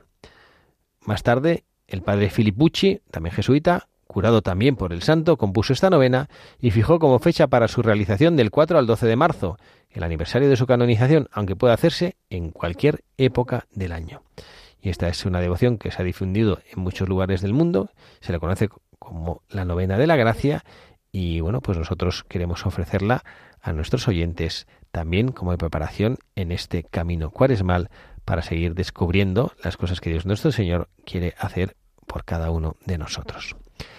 S2: Más tarde, el padre Filippucci, también jesuita, curado también por el santo, compuso esta novena y fijó como fecha para su realización del cuatro al doce de marzo, el aniversario de su canonización, aunque pueda hacerse en cualquier época del año. Y esta es una devoción que se ha difundido en muchos lugares del mundo, se le conoce como la Novena de la Gracia. Y bueno, pues nosotros queremos ofrecerla a nuestros oyentes también como preparación en este camino cuaresmal para seguir descubriendo las cosas que Dios nuestro Señor quiere hacer por cada uno de nosotros.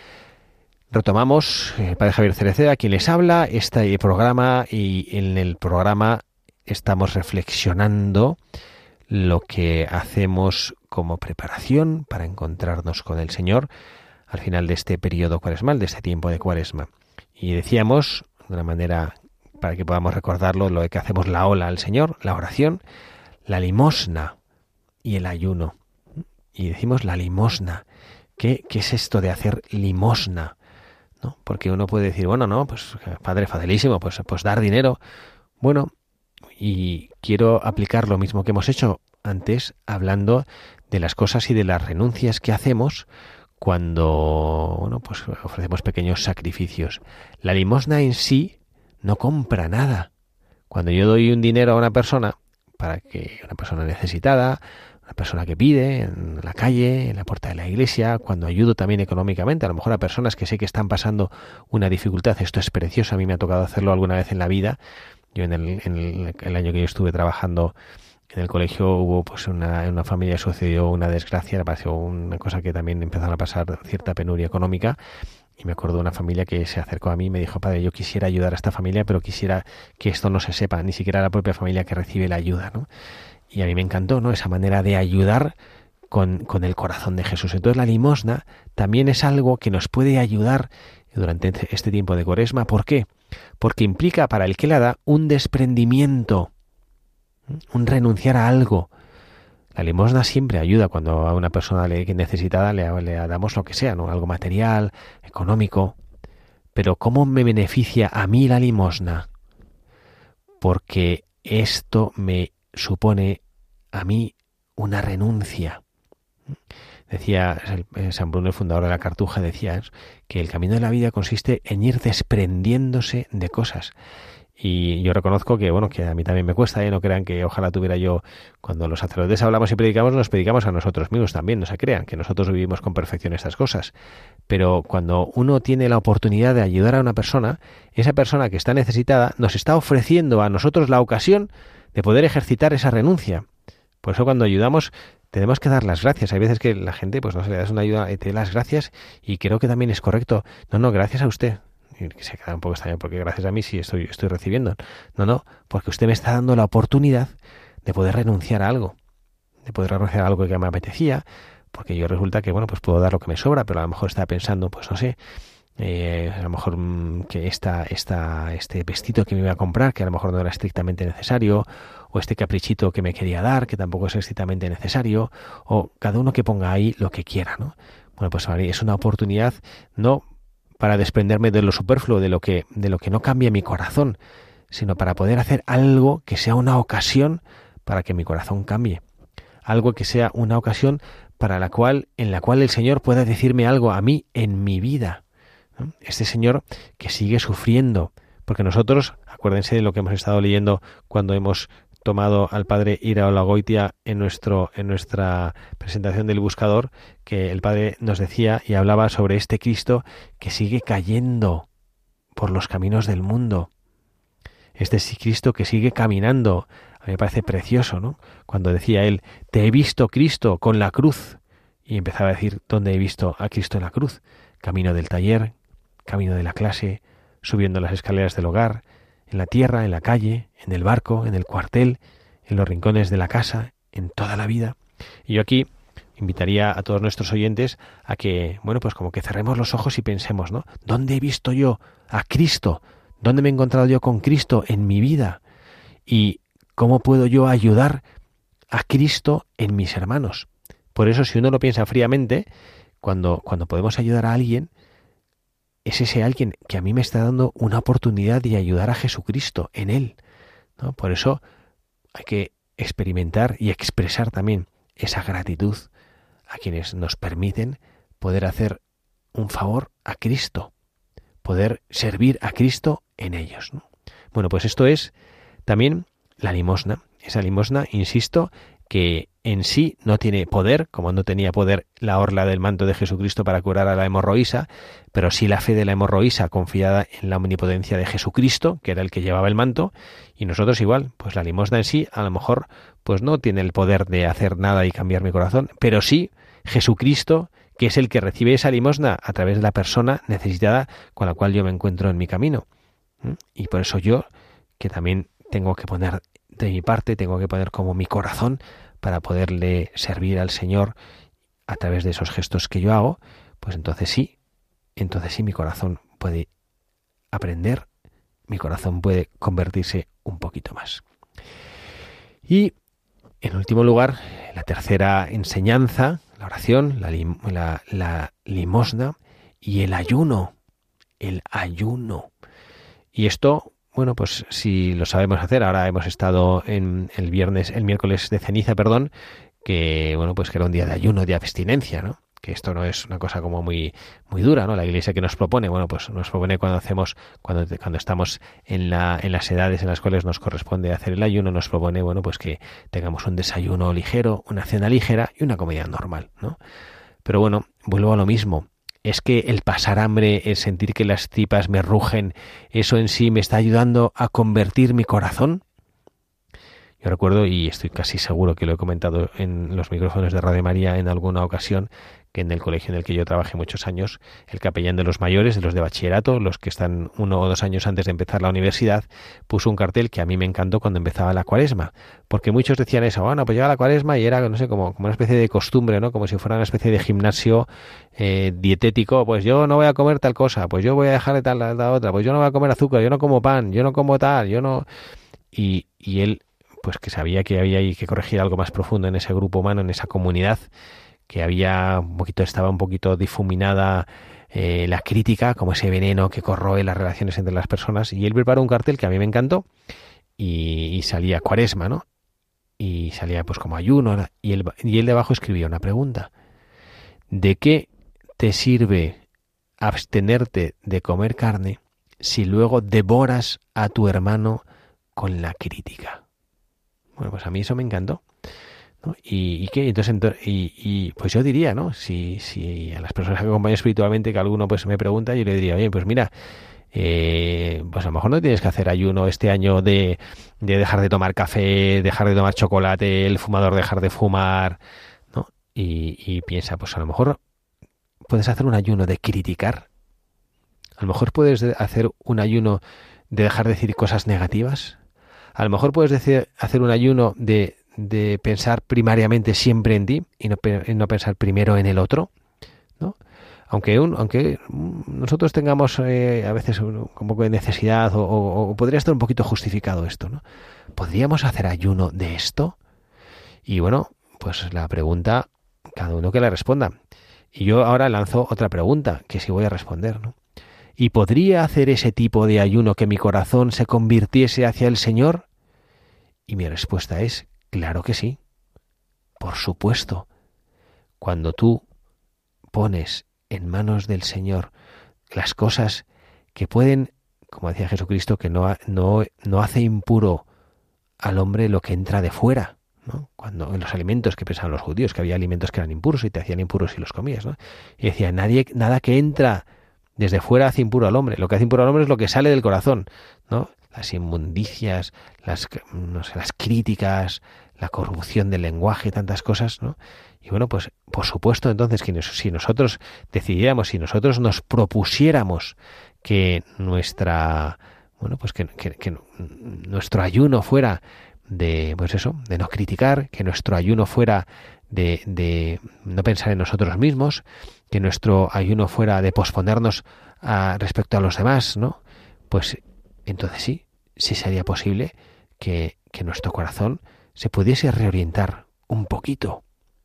S2: Retomamos, el Padre Javier Cereceda, quien les habla, este programa, y en el programa estamos reflexionando lo que hacemos como preparación para encontrarnos con el Señor al final de este periodo cuaresmal, de este tiempo de Cuaresma. Y decíamos, de una manera para que podamos recordarlo, lo de que hacemos la ola al Señor, la oración, la limosna y el ayuno. Y decimos la limosna. ¿Qué, qué es esto de hacer limosna? ¿No? Porque uno puede decir, bueno, no, pues padre, facilísimo, pues, pues dar dinero. Bueno, y quiero aplicar lo mismo que hemos hecho antes, hablando de las cosas y de las renuncias que hacemos cuando, bueno, pues ofrecemos pequeños sacrificios. La limosna en sí no compra nada. Cuando yo doy un dinero a una persona, para que una persona necesitada, una persona que pide en la calle, en la puerta de la iglesia, cuando ayudo también económicamente, a lo mejor a personas que sé que están pasando una dificultad, esto es precioso, a mí me ha tocado hacerlo alguna vez en la vida. Yo en el, en el, el año que yo estuve trabajando en el colegio hubo pues una, en una familia sucedió una desgracia, pareció una cosa que también empezaron a pasar cierta penuria económica Y me acuerdo de una familia que se acercó a mí y me dijo, padre, yo quisiera ayudar a esta familia, pero quisiera que esto no se sepa, ni siquiera la propia familia que recibe la ayuda, ¿no? Y a mí me encantó, ¿no? Esa manera de ayudar con, con el corazón de Jesús. Entonces la limosna también es algo que nos puede ayudar durante este tiempo de Cuaresma. ¿Por qué? Porque implica para el que la da un desprendimiento, un renunciar a algo. La limosna siempre ayuda cuando a una persona le, necesitada le, le damos lo que sea, ¿no? Algo material, económico. Pero ¿cómo me beneficia a mí la limosna? Porque esto me supone a mí una renuncia. Decía San Bruno, el fundador de la Cartuja, decía que el camino de la vida consiste en ir desprendiéndose de cosas. Y yo reconozco que, bueno, que a mí también me cuesta, ¿eh? No crean que ojalá tuviera yo, cuando los sacerdotes hablamos y predicamos, nos predicamos a nosotros mismos también, no se crean, que nosotros vivimos con perfección estas cosas. Pero cuando uno tiene la oportunidad de ayudar a una persona, esa persona que está necesitada nos está ofreciendo a nosotros la ocasión de poder ejercitar esa renuncia. Por eso cuando ayudamos tenemos que dar las gracias. Hay veces que la gente, pues no se le das una ayuda y te da las gracias, y creo que también es correcto. No, no, gracias a usted. Y se queda un poco extraño porque gracias a mí sí estoy, estoy recibiendo. No, no, porque usted me está dando la oportunidad de poder renunciar a algo, de poder renunciar a algo que me apetecía, porque yo resulta que, bueno, pues puedo dar lo que me sobra, pero a lo mejor estaba pensando, pues no sé, eh, a lo mejor mmm, que esta, esta, este vestido que me iba a comprar, que a lo mejor no era estrictamente necesario, o este caprichito que me quería dar, que tampoco es estrictamente necesario, o cada uno que ponga ahí lo que quiera, ¿no? Bueno, pues es una oportunidad, no para desprenderme de lo superfluo, de lo que, de lo que no cambia mi corazón, sino para poder hacer algo que sea una ocasión para que mi corazón cambie. Algo que sea una ocasión para la cual, en la cual el Señor pueda decirme algo a mí en mi vida, ¿no? Este Señor que sigue sufriendo, porque nosotros, acuérdense de lo que hemos estado leyendo cuando hemos tomado al padre Iraola-Goitia en nuestro en nuestra presentación del buscador, que el padre nos decía y hablaba sobre este Cristo que sigue cayendo por los caminos del mundo. Este Cristo que sigue caminando. A mí me parece precioso, ¿no? Cuando decía él, te he visto, Cristo, con la cruz. Y empezaba a decir, ¿dónde he visto a Cristo en la cruz? Camino del taller, camino de la clase, subiendo las escaleras del hogar, en la tierra, en la calle, en el barco, en el cuartel, en los rincones de la casa, en toda la vida. Y yo aquí invitaría a todos nuestros oyentes a que, bueno, pues como que cerremos los ojos y pensemos, ¿no? ¿Dónde he visto yo a Cristo? ¿Dónde me he encontrado yo con Cristo en mi vida? ¿Y cómo puedo yo ayudar a Cristo en mis hermanos? Por eso, si uno lo piensa fríamente, cuando, cuando podemos ayudar a alguien, es ese alguien que a mí me está dando una oportunidad de ayudar a Jesucristo en él, ¿no? Por eso hay que experimentar y expresar también esa gratitud a quienes nos permiten poder hacer un favor a Cristo, poder servir a Cristo en ellos, ¿no? Bueno, pues esto es también la limosna. Esa limosna, insisto, que en sí no tiene poder, como no tenía poder la orla del manto de Jesucristo para curar a la hemorroísa, pero sí la fe de la hemorroísa confiada en la omnipotencia de Jesucristo, que era el que llevaba el manto, y nosotros igual, pues la limosna en sí a lo mejor pues no tiene el poder de hacer nada y cambiar mi corazón, pero sí Jesucristo, que es el que recibe esa limosna a través de la persona necesitada con la cual yo me encuentro en mi camino. Y por eso yo, que también tengo que poner de mi parte, tengo que poner como mi corazón para poderle servir al Señor a través de esos gestos que yo hago, pues entonces sí, entonces sí mi corazón puede aprender, mi corazón puede convertirse un poquito más. Y en último lugar, la tercera enseñanza, la oración, la, lim, la, la limosna y el ayuno, el ayuno. Y esto, bueno, pues si lo sabemos hacer, ahora hemos estado en el viernes, el miércoles de ceniza, perdón, que bueno, pues que era un día de ayuno, de abstinencia, ¿no? Que esto no es una cosa como muy muy dura, ¿no? La Iglesia que nos propone, bueno, pues nos propone cuando hacemos, cuando cuando estamos en la en las edades en las cuales nos corresponde hacer el ayuno, nos propone, bueno, pues que tengamos un desayuno ligero, una cena ligera y una comida normal, ¿no? Pero bueno, vuelvo a lo mismo. ¿Es que el pasar hambre, el sentir que las tripas me rugen, eso en sí me está ayudando a convertir mi corazón? Yo Yo recuerdo, y estoy casi seguro que lo he comentado en los micrófonos de Radio María en alguna ocasión, que en el colegio en el que yo trabajé muchos años, el capellán de los mayores, de los de bachillerato, los que están uno o dos años antes de empezar la universidad, puso un cartel que a mí me encantó cuando empezaba la cuaresma, porque muchos decían eso, bueno, pues llega la cuaresma y era, no sé, como, como una especie de costumbre, ¿no? Como si fuera una especie de gimnasio eh, dietético, pues yo no voy a comer tal cosa, pues yo voy a dejar de tal la, la otra, pues yo no voy a comer azúcar, yo no como pan, yo no como tal, yo no... Y, y él, pues que sabía que había que corregir algo más profundo en ese grupo humano, en esa comunidad, que había un poquito, estaba un poquito difuminada eh, la crítica, como ese veneno que corroe las relaciones entre las personas, y él preparó un cartel que a mí me encantó, y, y salía cuaresma, ¿no? Y salía pues como ayuno, y él, y él debajo escribía una pregunta: ¿de qué te sirve abstenerte de comer carne si luego devoras a tu hermano con la crítica? Bueno, pues a mí eso me encantó, ¿no? ¿Y, y qué? Entonces, ento- y, y pues yo diría, ¿no? Si, si a las personas que acompaño espiritualmente, que alguno pues me pregunta, yo le diría, oye, pues mira, eh, pues a lo mejor no tienes que hacer ayuno este año de, de dejar de tomar café, dejar de tomar chocolate, el fumador dejar de fumar, ¿no? Y, y piensa, pues a lo mejor puedes hacer un ayuno de criticar. A lo mejor puedes de- hacer un ayuno de dejar de decir cosas negativas. A lo mejor puedes decir, hacer un ayuno de, de pensar primariamente siempre en ti y no, pe- no pensar primero en el otro, ¿no? Aunque, un, aunque nosotros tengamos eh, a veces un, un poco de necesidad o, o, o podría estar un poquito justificado esto, ¿no? ¿Podríamos hacer ayuno de esto? Y bueno, pues la pregunta, cada uno que la responda. Y yo ahora lanzo otra pregunta, que si voy a responder, ¿no? ¿Y podría hacer ese tipo de ayuno que mi corazón se convirtiese hacia el Señor? Y mi respuesta es, claro que sí. Por supuesto. Cuando tú pones en manos del Señor las cosas que pueden, como decía Jesucristo, que no, no, no hace impuro al hombre lo que entra de fuera, ¿no? Cuando en los alimentos que pensaban los judíos, que había alimentos que eran impuros y te hacían impuros si los comías, ¿no? Y decía, nadie, nada que entra desde fuera hace impuro al hombre. Lo que hace impuro al hombre es lo que sale del corazón, ¿no? Las inmundicias, las, no sé, las críticas, la corrupción del lenguaje, tantas cosas, ¿no? Y bueno, pues por supuesto entonces que si nosotros decidiéramos, si nosotros nos propusiéramos que nuestra, bueno, pues que, que, que nuestro ayuno fuera de, pues eso, de no criticar, que nuestro ayuno fuera de, de no pensar en nosotros mismos, que nuestro ayuno fuera de posponernos a, respecto a los demás, ¿no? Pues entonces sí, sí sería posible que, que nuestro corazón se pudiese reorientar un poquito.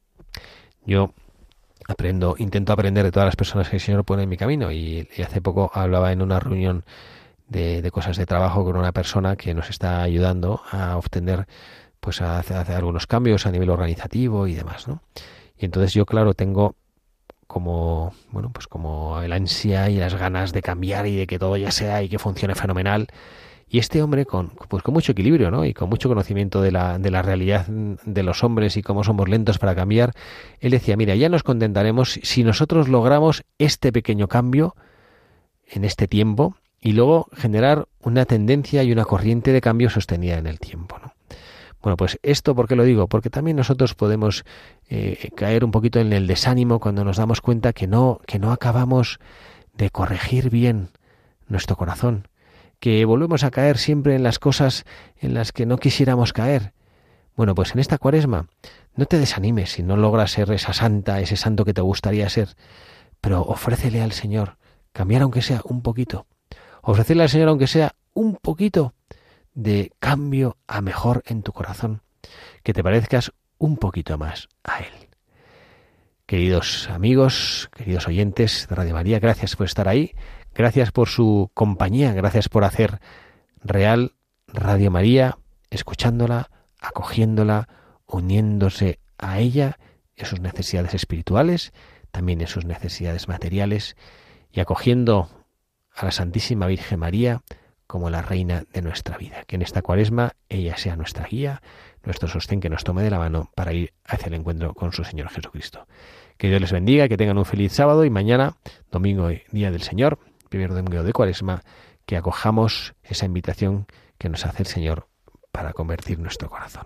S2: Yo aprendo, intento aprender de todas las personas que el Señor pone en mi camino, y, y hace poco hablaba en una reunión de, de cosas de trabajo con una persona que nos está ayudando a obtener, pues a hacer, a hacer algunos cambios a nivel organizativo y demás, ¿no? Y entonces yo, claro, tengo como, bueno, pues como el ansia y las ganas de cambiar y de que todo ya sea y que funcione fenomenal. Y este hombre con, pues con mucho equilibrio, ¿no? Y con mucho conocimiento de la, de la realidad de los hombres y cómo somos lentos para cambiar, él decía, mira, ya nos contentaremos si nosotros logramos este pequeño cambio en este tiempo y luego generar una tendencia y una corriente de cambio sostenida en el tiempo, ¿no? Bueno, pues esto, ¿por qué lo digo? Porque también nosotros podemos eh, caer un poquito en el desánimo cuando nos damos cuenta que no, que no acabamos de corregir bien nuestro corazón, que volvemos a caer siempre en las cosas en las que no quisiéramos caer. Bueno, pues en esta cuaresma no te desanimes si no logras ser esa santa, ese santo que te gustaría ser, pero ofrécele al Señor cambiar aunque sea un poquito. Ofrecerle al Señor aunque sea un poquito de cambio a mejor en tu corazón, que te parezcas un poquito más a Él. Queridos amigos, queridos oyentes de Radio María, gracias por estar ahí, gracias por su compañía, gracias por hacer real Radio María, escuchándola, acogiéndola, uniéndose a ella en sus necesidades espirituales, también en sus necesidades materiales, y acogiendo a la Santísima Virgen María como la reina de nuestra vida. Que en esta cuaresma ella sea nuestra guía, nuestro sostén, que nos tome de la mano para ir hacia el encuentro con su Señor Jesucristo. Que Dios les bendiga, que tengan un feliz sábado y mañana, domingo, día del Señor, primer domingo de cuaresma, que acojamos esa invitación que nos hace el Señor para convertir nuestro corazón.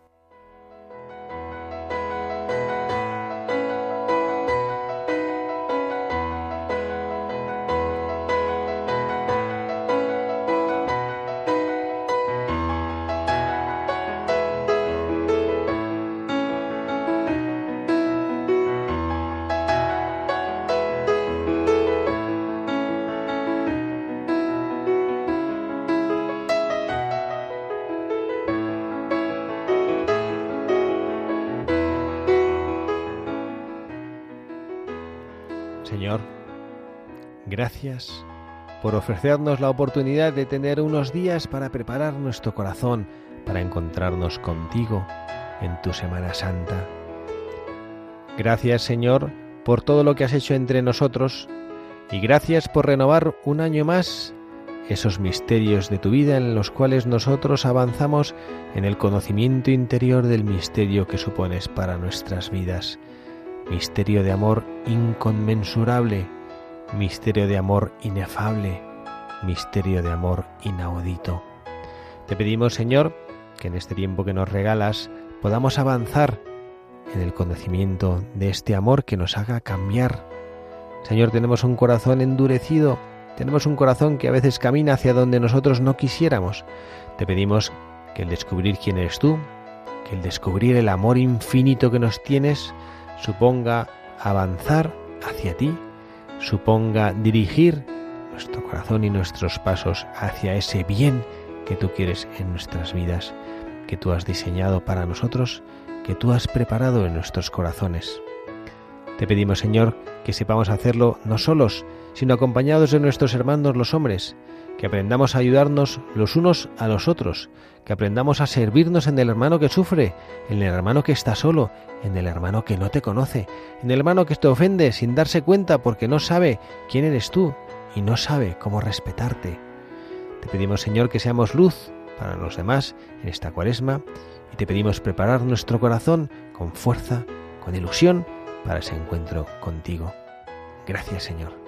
S2: Señor, gracias por ofrecernos la oportunidad de tener unos días para preparar nuestro corazón para encontrarnos contigo en tu Semana Santa. Gracias, Señor, por todo lo que has hecho entre nosotros y gracias por renovar un año más esos misterios de tu vida en los cuales nosotros avanzamos en el conocimiento interior del misterio que supones para nuestras vidas. Misterio de amor inconmensurable, misterio de amor inefable, misterio de amor inaudito. Te pedimos, Señor, que en este tiempo que nos regalas podamos avanzar en el conocimiento de este amor que nos haga cambiar. Señor, tenemos un corazón endurecido, tenemos un corazón que a veces camina hacia donde nosotros no quisiéramos. Te pedimos que el descubrir quién eres tú, que el descubrir el amor infinito que nos tienes, suponga avanzar hacia ti, suponga dirigir nuestro corazón y nuestros pasos hacia ese bien que tú quieres en nuestras vidas, que tú has diseñado para nosotros, que tú has preparado en nuestros corazones. Te pedimos, Señor, que sepamos hacerlo no solos, sino acompañados de nuestros hermanos los hombres, que aprendamos a ayudarnos los unos a los otros, que aprendamos a servirnos en el hermano que sufre, en el hermano que está solo, en el hermano que no te conoce, en el hermano que te ofende sin darse cuenta porque no sabe quién eres tú y no sabe cómo respetarte. Te pedimos, Señor, que seamos luz para los demás en esta Cuaresma y te pedimos preparar nuestro corazón con fuerza, con ilusión para ese encuentro contigo. Gracias, Señor.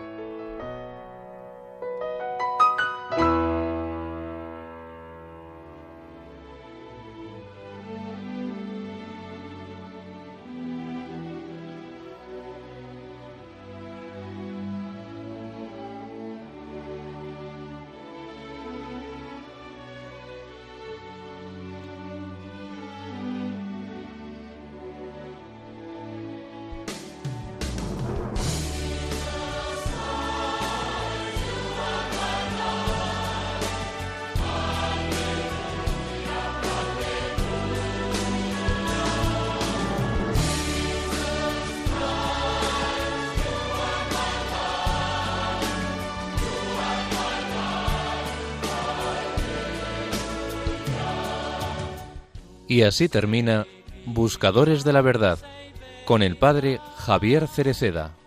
S1: Y así termina Buscadores de la Verdad, con el padre Javier Cereceda.